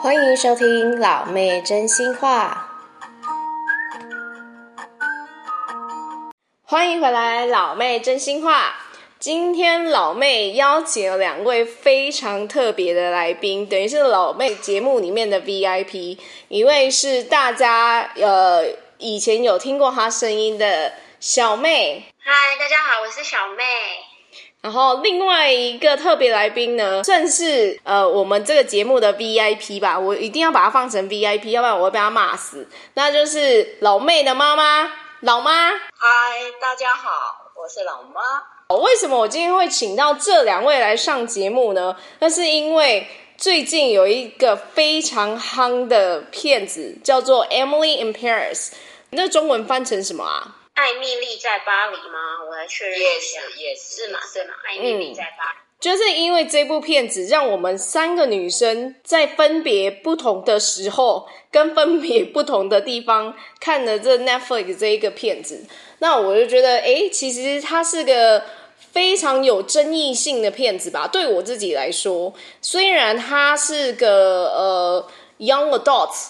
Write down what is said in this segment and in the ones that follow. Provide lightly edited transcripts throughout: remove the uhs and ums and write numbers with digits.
欢迎收听老妹真心话，欢迎回来老妹真心话。今天老妹邀请了2位非常特别的来宾，等于是老妹节目里面的 VIP。 一位是大家以前有听过她声音的小妹。 嗨，大家好，我是小妹。 然后另外一个特别来宾呢，算是我们这个节目的 VIP 吧，我一定要把它放成 VIP， 要不然我会被他骂死。那就是老妹的妈妈，老妈。 嗨，大家好，我是老妈。 为什么我今天会请到这2位来上节目呢？那是因为最近有一个非常夯的片子叫做 Emily in Paris， 那中文翻成什么啊？ 艾蜜莉在巴黎吗？我来确认一下。 Yes， 是吗？对吗？艾蜜莉在巴黎。 就是因为这部片子让我们3个女生在分别不同的时候跟分别不同的地方看了这 Netflix 这一个片子，那我就觉得其实它是个非常有争议性的片子吧。对我自己来说，虽然它是个young adults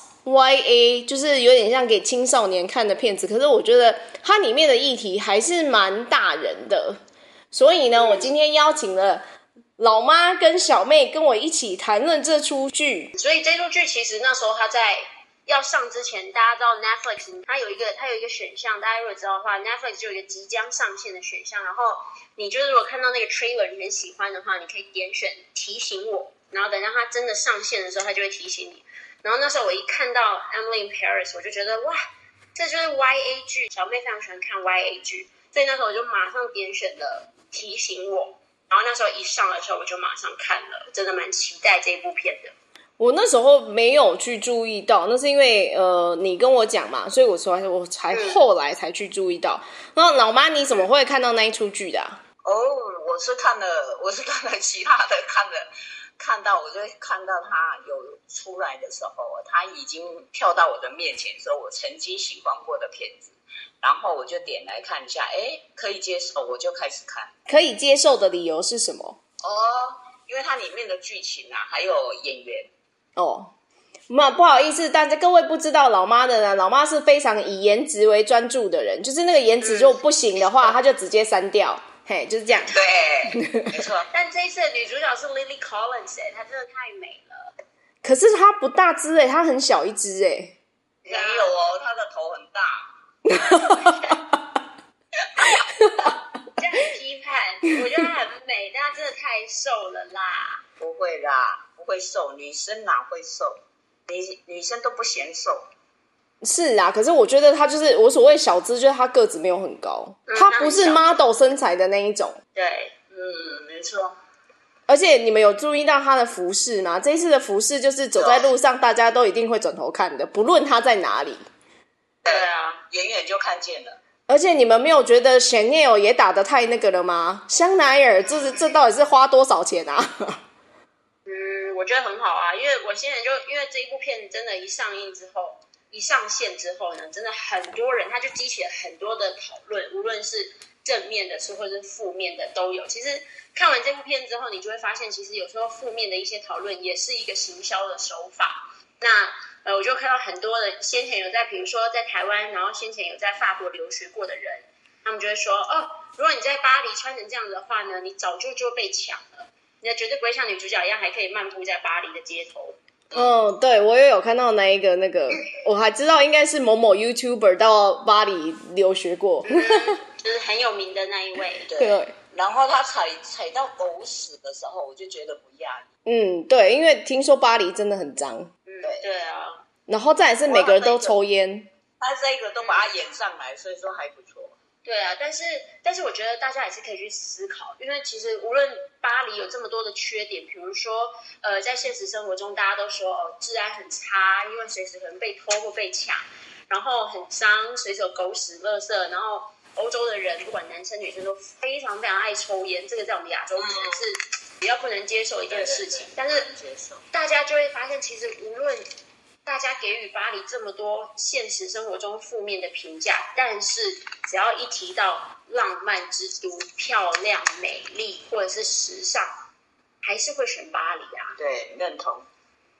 YA， 就是有点像给青少年看的片子，可是我觉得它里面的议题还是蛮大人的。所以呢，我今天邀请了老妈跟小妹跟我一起谈论这出剧。 所以这出剧其实那时候它在要上之前，大家知道 Netflix 它有一个选项，大家如果知道的话 Netflix 就有一个即将上线的选项，然后你就是如果看到那个 trailer 你很喜欢的话，你可以点选提醒我，然后等到它真的上线的时候它就会提醒你。然后那时候我一看到 Emily in Paris， 我就觉得哇，这就是 YA 剧，小妹非常喜欢看 YA 剧，所以那时候我就马上点选了提醒我，然后那时候一上的时候我就马上看了，真的蛮期待这部片的。 我那时候没有去注意到，那是因为你跟我讲嘛，所以我才后来才去注意到。然后老妈你怎么会看到那一出剧的啊？ 我是看了其他的，看到我就看到他有出来的时候，他已经跳到我的面前，说我曾经喜欢过的片子，然后我就点来看一下，可以接受，我就开始看。 可以接受的理由是什么？ 因为它里面的剧情啊，还有演员。 不好意思，大家各位不知道老妈的呢，老妈是非常以颜值为专注的人，就是那个颜值如果不行的话，她就直接删掉。嘿，就是这样。 对，没错。 但这一次的女主角是 Lily Collins， 她真的太美了。 可是她不大只她很小一只没有她的头很大。 这样批判，我觉得她很美，但她真的太瘦了啦。 不会啦，不会瘦，女生哪会瘦？女生都不嫌瘦。 是啊，可是我觉得她就是我所谓小只，就是她个子没有很高，她不是 model 身材的那一种。 对， 没错。 而且你们有注意到她的服饰吗？这一次的服饰就是走在路上，大家都一定会转头看的，不论她在哪里。 对啊，远远就看见了。 而且你们没有觉得 Chanel 也打得太那个了吗？香奈儿这到底是花多少钱啊？ 我觉得很好啊，因为我现在因为这一部片真的一上线之后呢，真的很多人他就激起了很多的讨论，无论是正面的或者是负面的都有。其实看完这部片之后，你就会发现，其实有时候负面的一些讨论也是一个行销的手法。那我就看到很多的先前有在，比如说在台湾，然后先前有在法国留学过的人，他们就会说，如果你在巴黎穿成这样子的话呢，你早就被抢了，你绝对不会像女主角一样还可以漫步在巴黎的街头。 对，我也有看到那个，我还知道应该是某某 YouTuber 到巴黎留学过， 就是很有名的那一位。 对。 然后他踩到狗屎的时候，我就觉得不亚于。 对，因为听说巴黎真的很脏。 对啊。 然后再来是每个人都抽烟， 他这个都把它演上来，所以说还不错。 对啊，但是我觉得大家也是可以去思考，因为其实无论巴黎有这么多的缺点，比如说在现实生活中大家都说治安很差，因为随时可能被偷或被抢，然后很脏，随手狗屎垃圾，然后欧洲的人不管男生女生都非常非常爱抽烟，这个在我们亚洲可能是比较不能接受一件事情。但是大家就会发现，其实无论大家给予巴黎这么多现实生活中负面的评价，但是只要一提到浪漫之都、漂亮、美丽或者是时尚，还是会选巴黎啊。 对，认同。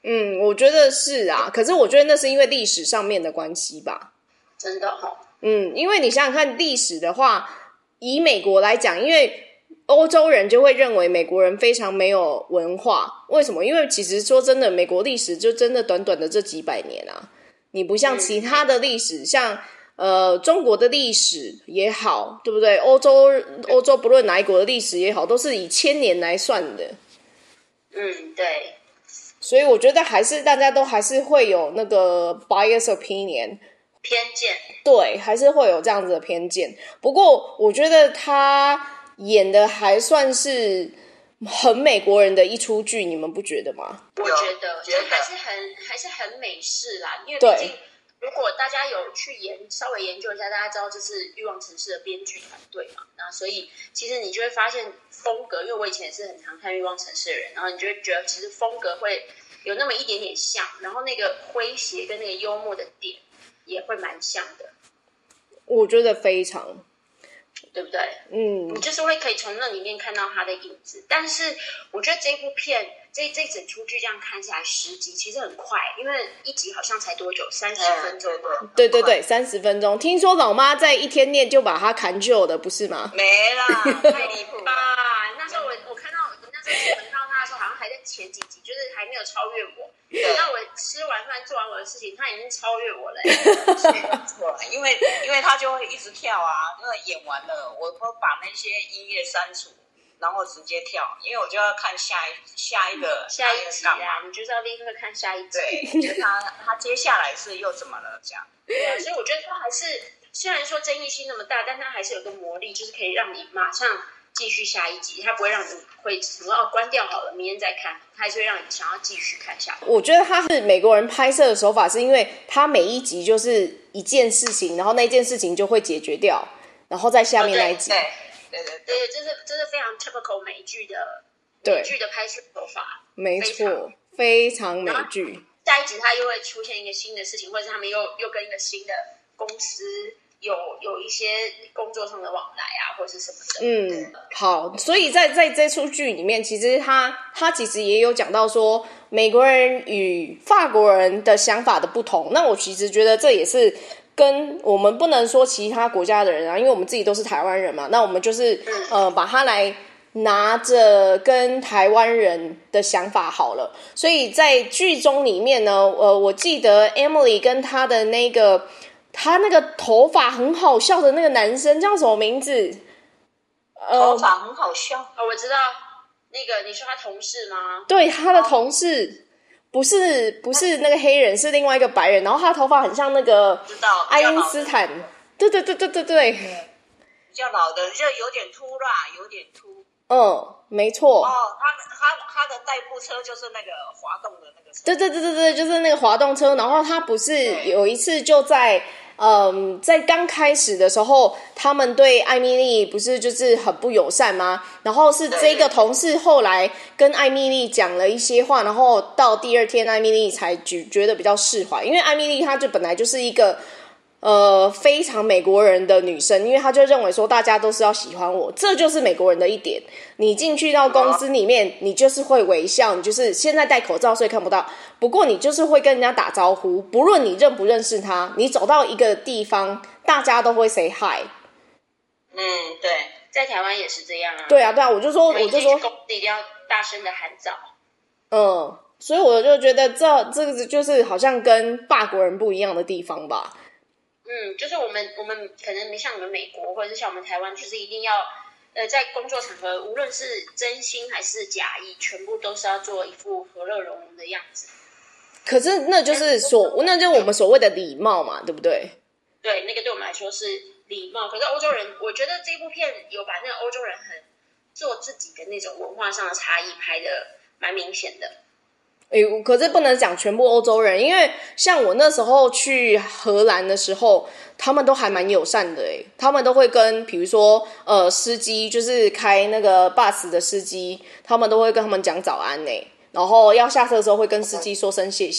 我觉得是啊，可是我觉得那是因为历史上面的关系吧。 真的齁。 因为你想想看历史的话，以美国来讲，因为欧洲人就会认为美国人非常没有文化。为什么？因为其实说真的，美国历史就真的短短的这几百年啊，你不像其他的历史，像中国的历史也好，对不对？欧洲不论哪一国的历史也好，都是以千年来算的。 对。 所以我觉得大家都还是会有那个 bias opinion 偏见， 对，还是会有这样子的偏见。不过我觉得他演的还算是很美国人的一出剧，你们不觉得吗？ 我觉得就还是很美式啦，因为毕竟如果大家有去稍微研究一下，大家知道这是欲望城市的编剧团队嘛，那所以其实你就会发现风格，因为我以前也是很常看欲望城市的人，然后你就会觉得其实风格会有那么一点点像，然后那个诙谐跟那个幽默的点也会蛮像的。 我觉得非常， 对不对？你就是会可以从那里面看到他的影子。但是我觉得这部片这整出剧这样看下来10集其实很快，因为一集好像才多久30分钟。 对30分钟。听说老妈在一天内就把它砍旧的，不是吗？ 没啦，太离谱啊！那时候我看到那时候看到他的时候，好像还在前几集，就是还没有超越我。等到我吃完饭做完我的事情，他已经超越我了。 因为他就会一直跳啊，因为演完了，我会把那些音乐删除，然后直接跳，因为我就要看下一集啊， 你就是要立刻看下一集。 对，就是他接下来是又怎么了这样？ 对啊，所以我觉得他还是虽然说争议性那么大，但他还是有个魔力，就是可以让你马上继续下一集，它不会让你会说关掉好了，明天再看，它还是会让你想要继续看下去。 我觉得他是美国人拍摄的手法，是因为他每一集就是一件事情，然后那件事情就会解决掉，然后在下面那一集。 对，这是非常 typical 美剧的拍摄手法， 没错，非常美剧。 下一集它又会出现一个新的事情，或者是他们又跟一个新的公司有一些工作上的往来啊，或者是什么的。 好，所以在这出剧里面，其实他其实也有讲到说美国人与法国人的想法的不同。那我其实觉得这也是跟我们不能说其他国家的人啊，因为我们自己都是台湾人嘛，那我们就是把它来拿着跟台湾人的想法好了。所以在剧中里面呢，我记得 Emily 跟她的他那个头发很好笑的那个男生叫什么名字？ 头发很好笑我知道那个，你说他同事吗？ 对，他的同事不是那个黑人，是另外一个白人，然后他的头发很像那个爱因斯坦。对，比较老的，就有点秃啦，有点秃。 没错。 他的代步车就是那个滑动的那个车。 对，就是那个滑动车。然后他不是有一次就在刚开始的时候，他们对艾米丽不是就是很不友善吗？然后是这个同事后来跟艾米丽讲了一些话，然后到第二天艾米丽才觉得比较释怀，因为艾米丽她就本来就是一个非常美国人的女生，因为她就认为说大家都是要喜欢我，这就是美国人的一点。你进去到公司里面，你就是会微笑，你就是现在戴口罩所以看不到，不过你就是会跟人家打招呼，不论你认不认识他，你走到一个地方，大家都会 say hi。 对，在台湾也是这样啊。 对啊，我就说公司一定要大声的喊早。 所以我就觉得这个就是好像跟法国人不一样的地方吧。 就是我们可能没像我们美国，或者是像我们台湾，就是一定要在工作场合，无论是真心还是假意，全部都是要做一副和乐融融的样子。 可是那就是那就是我们所谓的礼貌嘛，对不对？ 对，那个对我们来说是礼貌。可是欧洲人，我觉得这部片有把那个欧洲人很做自己的那种文化上的差异拍的蛮明显的。 可是不能讲全部欧洲人，因为像我那时候去荷兰的时候，他们都还蛮友善的他们都会跟比如说司机，就是开那个 bus 的司机，他们都会跟他们讲早安然后要下车的时候会跟司机说声谢谢。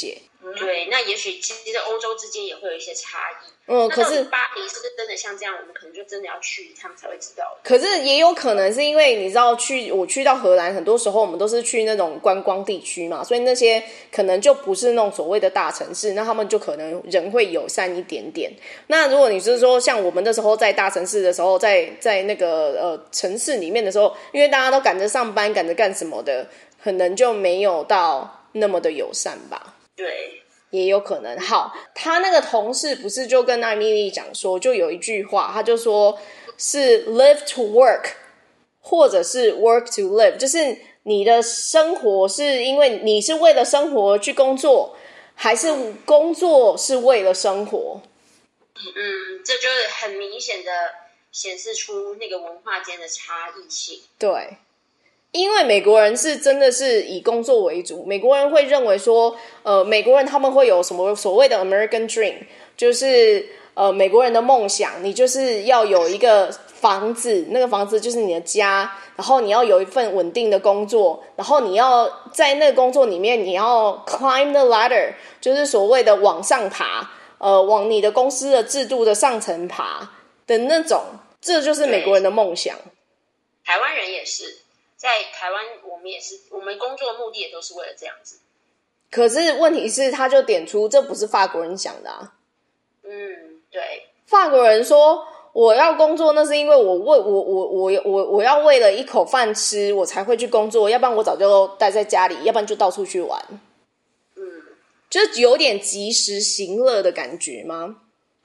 对，那也许其实欧洲之间也会有一些差异。 可是巴黎是不是真的像这样？我们可能就真的要去他们才会知道。 可是也有可能是因为你知道，我去到荷兰，很多时候我们都是去那种观光地区嘛，所以那些可能就不是那种所谓的大城市，那他们就可能人会友善一点点。那如果你是说像我们那时候在大城市的时候，在那个城市里面的时候，因为大家都赶着上班，赶着干什么的，可能就没有到那么的友善吧。 对。 也有可能。好，他那个同事不是就跟艾米丽讲说，就有一句话，他就说是 live to work 或者是 work to live， 就是你的生活是因为你是为了生活去工作，还是工作是为了生活。 这就是很明显的显示出那个文化间的差异性。 对，因为美国人是真的是以工作为主，美国人会认为说，美国人他们会有什么所谓的 American Dream， 就是美国人的梦想，你就是要有一个房子，那个房子就是你的家，然后你要有一份稳定的工作，然后你要在那个工作里面，你要 climb the ladder， 就是所谓的往上爬，往你的公司的制度的上层爬的那种，这就是美国人的梦想。 台湾人也是。在台湾我们也是，我们工作的目的也都是为了这样子。 可是问题是他就点出这不是法国人想的啊。 对， 法国人说我要工作，那是因为我要为了一口饭吃我才会去工作，要不然我早就待在家里，要不然就到处去玩。就是有点及时行乐的感觉吗？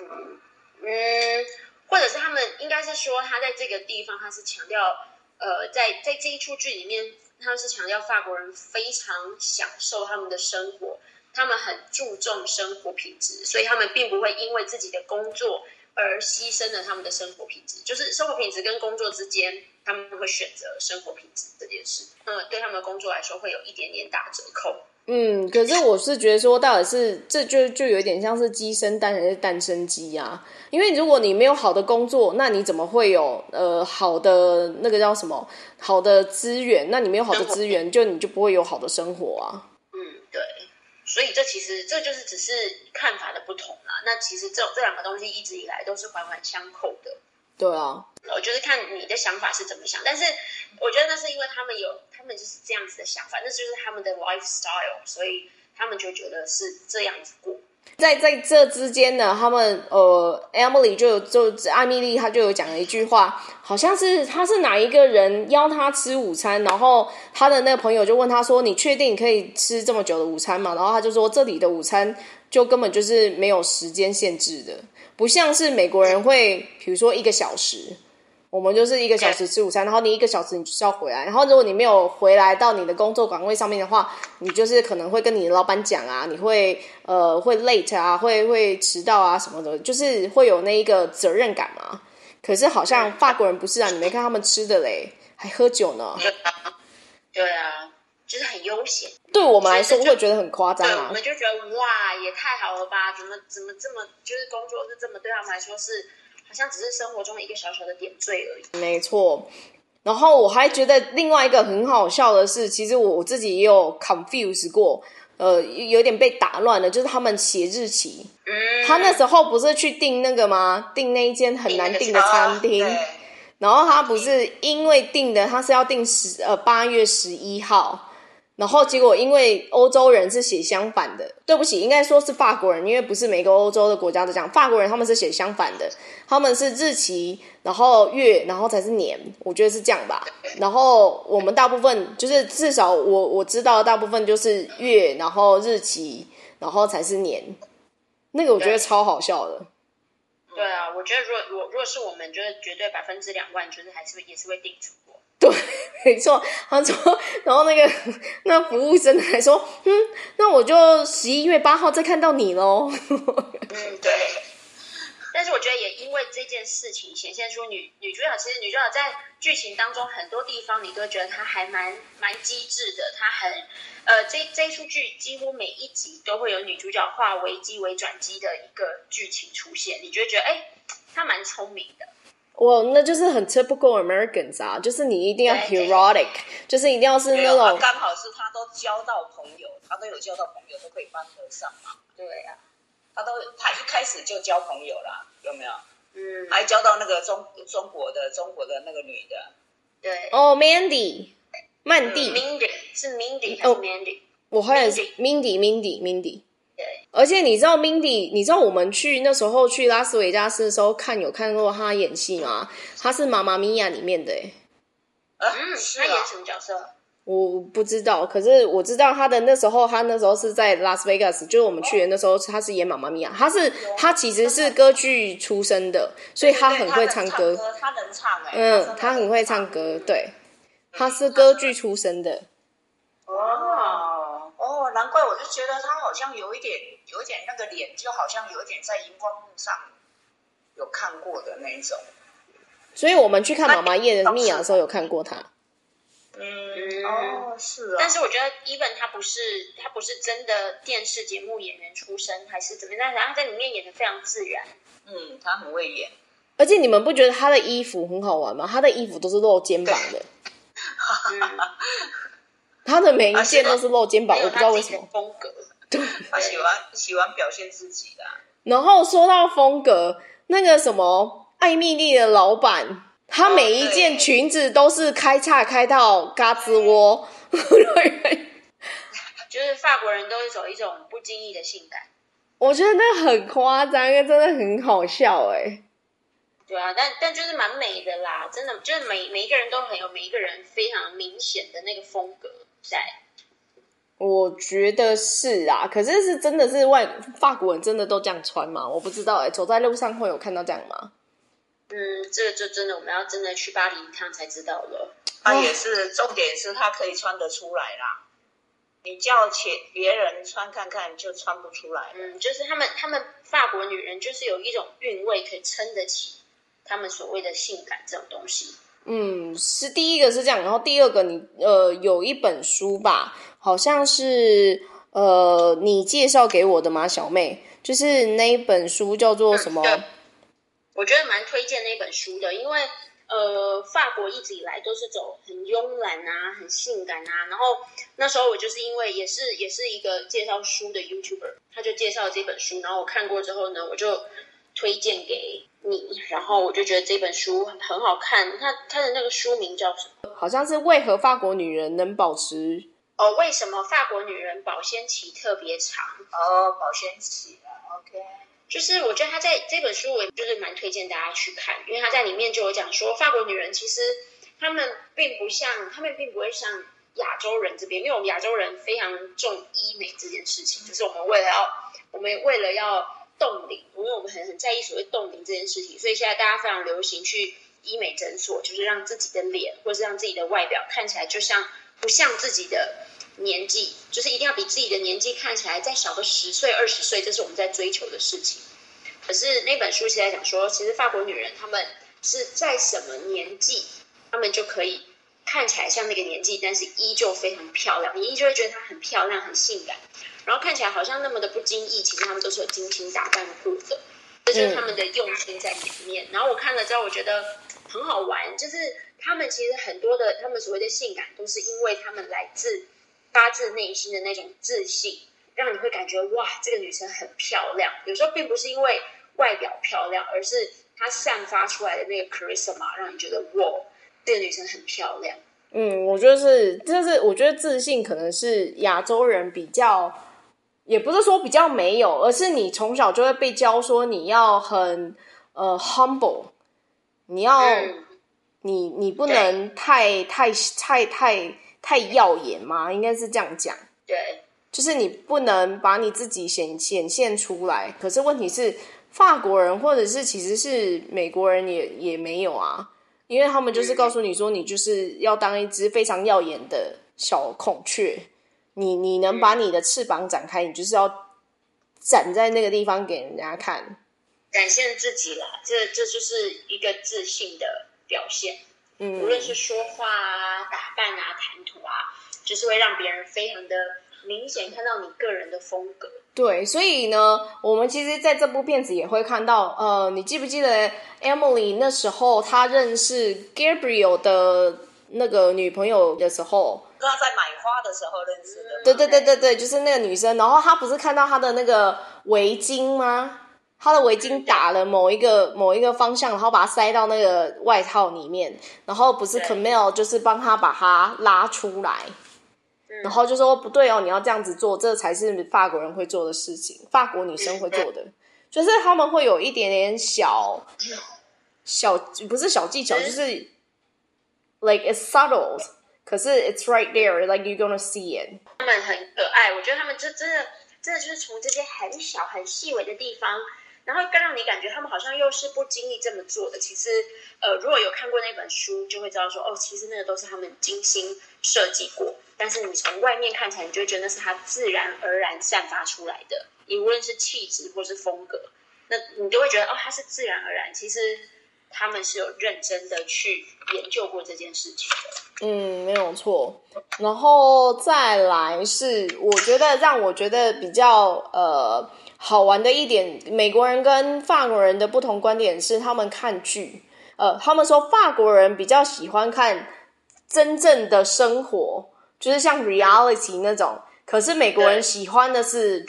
或者是他们应该是说他在这个地方他是强调在这一出剧里面，他们是强调法国人非常享受他们的生活，他们很注重生活品质，所以他们并不会因为自己的工作而牺牲了他们的生活品质。就是生活品质跟工作之间，他们会选择生活品质这件事。对他们的工作来说会有一点点打折扣。 可是我是觉得说，到底是这就有点像是鸡生蛋还是蛋生鸡啊？因为如果你没有好的工作，那你怎么会有好的那个叫什么好的资源？那你没有好的资源，你就不会有好的生活啊。 对，所以这就是只是看法的不同啦。那其实这两个东西一直以来都是环环相扣的。 对啊， 我就是看你的想法是怎么想，但是我觉得那是因为他们就是这样子的想法，那就是他们的 lifestyle， 所以他们就觉得是这样子过。 在这之间呢，他们Emily 就艾米丽她就有讲了一句话，好像是她是哪一个人邀她吃午餐，然后她的那个朋友就问她说：“你确定可以吃这么久的午餐吗？”然后她就说：“这里的午餐就根本就是没有时间限制的，不像是美国人会，比如说1个小时。”我们就是1个小时吃午餐，然后你1个小时你就是要回来，然后如果你没有回来到你的工作岗位上面的话，你就是可能会跟你的老板讲啊，你会late 啊，会迟到啊什么的，就是会有那一个责任感嘛。可是好像法国人不是啊，你没看他们吃的嘞，还喝酒呢。 对啊，就是很悠闲。 对我们来说会觉得很夸张啊， 对，我们就觉得哇，也太好了吧？怎么这么就是工作是这么对他们来说是。好像只是生活中的一个小小的点缀而已。 没错，然后我还觉得另外一个很好笑的是，其实我自己也有 confuse 过，有点被打乱了，就是他们写日期。他那时候不是去订那个吗？订那一间很难订的餐厅，然后他不是因为订的，他是要订8月11号。然后结果因为欧洲人是写相反的，对不起，应该说是法国人，因为不是每个欧洲的国家都这样，法国人他们是写相反的，他们是日期，然后月，然后才是年，我觉得是这样吧。然后我们大部分就是至少我知道的大部分就是月，然后日期，然后才是年，那个我觉得超好笑的。 对啊，我觉得如果是我们，就是绝对200%，就是也是会订出国。 对，没错。他说，然后那服务生还说，那我就11月8号再看到你咯。 对。但是我觉得也因为这件事情显现出女主角，其实女主角在剧情当中很多地方你都会觉得她还蛮机智的，她很这一出剧几乎每一集都会有女主角化危机为转机的一个剧情出现，你就会觉得她蛮聪明的。 那就是很 typical Americans 啊，就是你一定要对 heroic，就是一定要是那种刚好是他都交到朋友，他都有交到朋友，都可以帮得上嘛。 对啊， 他一开始就交朋友啦，有没有？还嗯， 交到那个中国的那个女的。 对。 哦，Mandy，曼蒂， Mindy 是 Mindy 还是 Mandy？ 我还有 Mindy。 对， 而且你知道 Mindy， 你知道我们那时候去拉斯维加斯的时候有看过她演戏吗？她是妈妈咪呀里面的是他演什么角色？ 我不知道，可是我知道她那时候是在拉斯维加斯，就是我们去的那时候，她是演妈妈咪呀，她其实是歌剧出身的，所以她很会唱歌， 她能唱她很会唱歌，对，她是歌剧出身的。 难怪我就觉得她好像有一点那个脸，就好像有一点在荧光幕上有看过的那一种。 所以我们去看妈妈夜的米娅的时候有看过她。 是啊。 但是我觉得 Even 他不是真的电视节目演员出身，还是怎么样？他在里面演得非常自然。 他很会演。 而且你们不觉得他的衣服很好玩吗？他的衣服都是露肩膀的。他的每一件都是露肩膀，我不知道为什么。 风格。 他喜欢表现自己的。 然后说到风格，那个什么艾蜜莉的老板，他每一件裙子都是开叉开到嘎吱窝。 就是法国人都会走一种不经意的性感。 我觉得那很夸张，真的很好笑对啊，但就是蛮美的啦，真的就是每一个人都很有每一个人非常明显的那个风格在。 我觉得是啊，可是真的是法国人真的都这样穿吗？我不知道走在路上会有看到这样吗？ 这个就真的我们要真的去巴黎一趟才知道了。 他也是重点是他可以穿得出来啦，你叫别人穿看看就穿不出来。 就是他们法国女人就是有一种韵味可以撑得起他们所谓的性感这种东西。 是第一个是这样，然后第二个有一本书吧，好像是你介绍给我的吗，小妹？就是那一本书叫做什么？ 我觉得蛮推荐那本书的，因为法国一直以来都是走很慵懒啊，很性感啊。然后那时候我就是因为也是一个介绍书的 YouTuber， 他就介绍了这本书，然后我看过之后呢，我就推荐给你，然后我就觉得这本书很好看。它的那个书名叫什么？ 好像是为何法国女人能保持为什么法国女人保鲜期特别长？ 保鲜期OK。 就是我觉得他在这本书，我就是蛮推荐大家去看，因为他在里面就有讲说，法国女人其实她们并不会像亚洲人这边，因为我们亚洲人非常重医美这件事情，就是我们为了要冻龄，因为我们很在意所谓冻龄这件事情，所以现在大家非常流行去医美诊所，就是让自己的脸或是让自己的外表看起来不像自己的年纪，就是一定要比自己的年纪看起来再小个10岁20岁，这是我们在追求的事情。可是那本书其实在讲说，其实法国女人她们是在什么年纪，她们就可以看起来像那个年纪，但是依旧非常漂亮，你依旧会觉得她很漂亮很性感，然后看起来好像那么的不经意，其实她们都是有精心打扮过的，这就是她们的用心在里面。然后我看了之后我觉得很好玩，就是她们其实很多的她们所谓的性感都是因为她们发自内心的那种自信，让你会感觉哇，这个女生很漂亮。有时候并不是因为外表漂亮，而是她散发出来的那个 charisma， 让你觉得哇，这个女生很漂亮。 我觉得我觉得自信可能是亚洲人比较，也不是说比较没有，而是你从小就会被教说你要很humble， 你要你不能太耀眼嘛，应该是这样讲。 对， 就是你不能把你自己显现出来。可是问题是，法国人或者是其实是美国人也没有啊，因为他们就是告诉你说，你就是要当一只非常耀眼的小孔雀，你能把你的翅膀展开，你就是要展在那个地方给人家看， 展现自己啦，这就是一个自信的表现。无论是说话啊、打扮啊、谈吐啊，就是会让别人非常的明显看到你个人的风格。 对，所以呢，我们其实在这部片子也会看到，你记不记得 Emily 那时候她认识 Gabriel 的那个女朋友的时候， 他在买花的时候认识的。 对，就是那个女生，然后她不是看到她的那个围巾吗？她的围巾打了某一个方向，然后把它塞到那个外套里面，然后不是 Camille 就是帮她把它拉出来。然后就说不对哦，你要这样子做，这才是法国人会做的事情，法国女生会做的，就是他们会有一点点小不是小技巧，就是 like it's subtle， 可是 it's right there， like you're gonna see it。 他们很可爱，我觉得他们真的就是从这些很小很细微的地方，然后更让你感觉他们好像又是不经意这么做的。其实如果有看过那本书，就会知道说哦，其实那个都是他们精心设计过。但是你从外面看起来，你就会觉得那是他自然而然散发出来的，你无论是气质或是风格，那你就会觉得哦，他是自然而然。其实他们是有认真的去研究过这件事情的。 没有错。然后再来是，让我觉得比较好玩的一点，美国人跟法国人的不同观点是，他们看剧，他们说法国人比较喜欢看真正的生活。就是像 reality 那种，可是美国人喜欢的是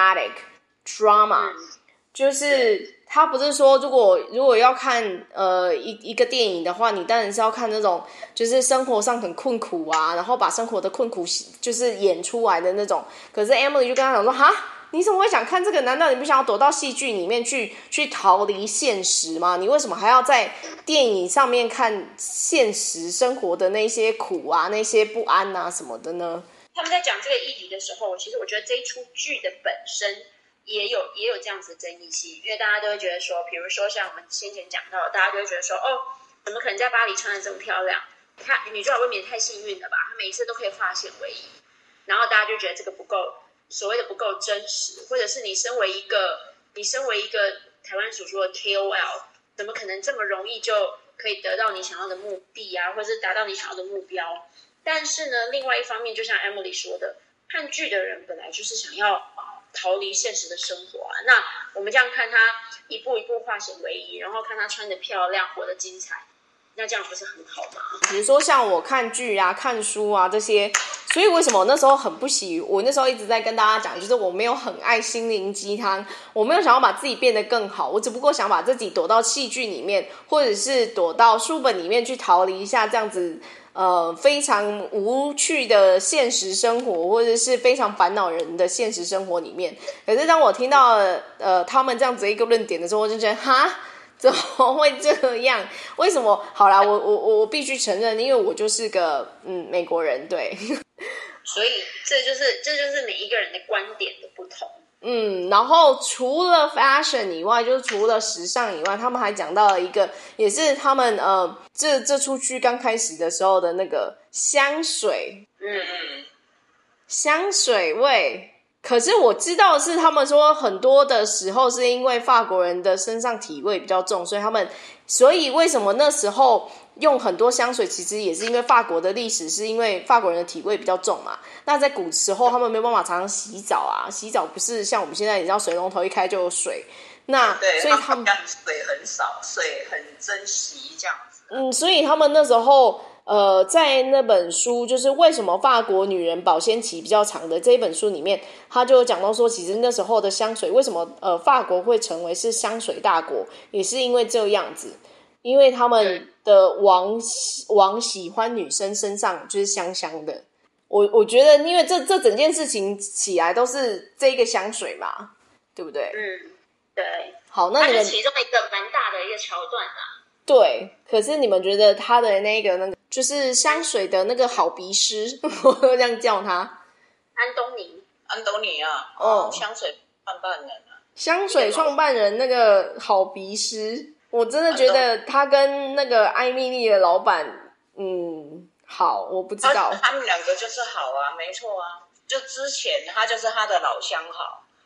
drama，就是他不是说如果要看一个电影的话，你当然是要看那种就是生活上很困苦啊，然后把生活的困苦就是演出来的那种。可是 Emily 就跟他讲说，哈，你怎么会想看这个？难道你不想要躲到戏剧里面去逃离现实吗？你为什么还要在电影上面看现实生活的那些苦啊、那些不安啊什么的呢？ 他们在讲这个议题的时候，其实我觉得这一出剧的本身也有这样子的争议性，因为大家都会觉得说，比如说像我们先前讲到的，大家就会觉得说，哦，怎么可能在巴黎穿得这么漂亮？女主角未免也太幸运了吧？她每一次都可以化险为夷，然后大家就觉得这个不够。所谓的不够真实，或者是你身为一个台湾所说的 KOL， 怎么可能这么容易就可以得到你想要的目的啊，或者是达到你想要的目标？但是呢，另外一方面，就像 Emily 说的，看剧的人本来就是想要逃离现实的生活啊。那我们这样看他一步一步化险为夷，然后看他穿得漂亮，活得精彩，那这样不是很好吗？ 比如说像我看剧啊、看书啊这些，所以为什么我那时候很不喜？我那时候一直在跟大家讲，就是我没有很爱心灵鸡汤，我没有想要把自己变得更好，我只不过想把自己躲到戏剧里面，或者是躲到书本里面去逃离一下这样子非常无趣的现实生活，或者是非常烦恼人的现实生活里面。可是当我听到他们这样子一个论点的时候，我就觉得哈。怎么会这样？为什么？好啦，我必须承认，因为我就是个美国人，对。 所以这就是每一个人的观点的不同。 然后除了 fashion 以外，就是除了时尚以外，他们还讲到了一个，也是他们这出剧刚开始的时候的那个香水，香水味。可是我知道的是，他们说很多的时候是因为法国人的身上体味比较重，所以为什么那时候用很多香水，其实也是因为法国的历史是因为法国人的体味比较重嘛。那在古时候他们没有办法常常洗澡啊，洗澡不是像我们现在你知道水龙头一开就有水，那所以他们水很少，水很珍惜这样子。 所以他们那时候在那本书就是为什么法国女人保鲜期比较长的这一本书里面，他就有讲到说，其实那时候的香水为什么法国会成为是香水大国，也是因为这样子，因为他们的王喜欢女生身上就是香香的。我觉得因为这整件事情起来都是这个香水嘛，对不对？ 对。 好，那你们它是其中一个蛮大的一个桥段啊。 对，可是你们觉得他的那个就是香水的那个好鼻师，我会这样叫他， 安东尼啊，香水创办人啊， 香水创办人那个好鼻师，我真的觉得他跟那个艾蜜莉的老板，好，我不知道， 他们两个就是好啊，没错啊，就之前他就是他的老相好，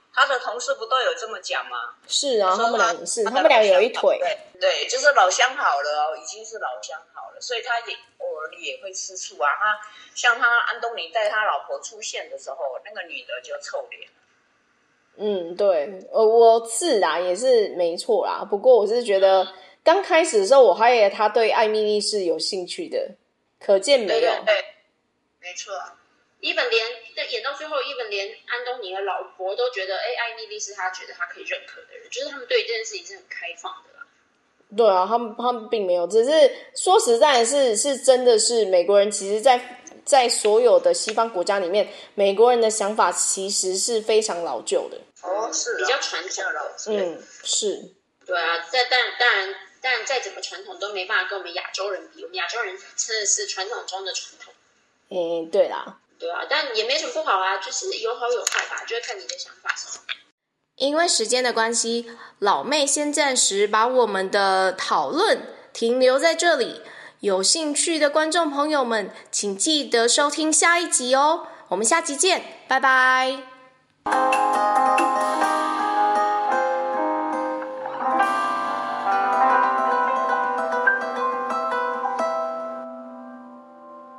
他的同事不都有这么讲吗？ 是啊，他们俩也是，他们俩有一腿。 对，就是老相好了哦，已经是老相好了，所以他也偶尔也会吃醋啊。像安东尼带他老婆出现的时候，那个女的就臭脸。 对，我是啦，也是没错啦。不过我是觉得刚开始的时候，我还以为他对艾米丽是有兴趣的，可见没有。 对，没错。 even 演到最后，even连安东尼的老婆都觉得，艾米丽是他觉得他可以认可的人，就是他们对这件事情是很开放的啦。 对啊，他们并没有，只是说实在的是真的是美国人，其实在所有的西方国家里面，美国人的想法其实是非常老旧的。 是比较传统的。 是。 对啊，当然再怎么传统都没办法跟我们亚洲人比，我们亚洲人真的是传统中的传统。 对啦。 对啊，但也没什么不好啊，就是有好有坏吧，就是看你的想法是什么。 因为时间的关系，老妹先暂时把我们的讨论停留在这里。有兴趣的观众朋友们，请记得收听下一集哦。我们下集见，拜拜。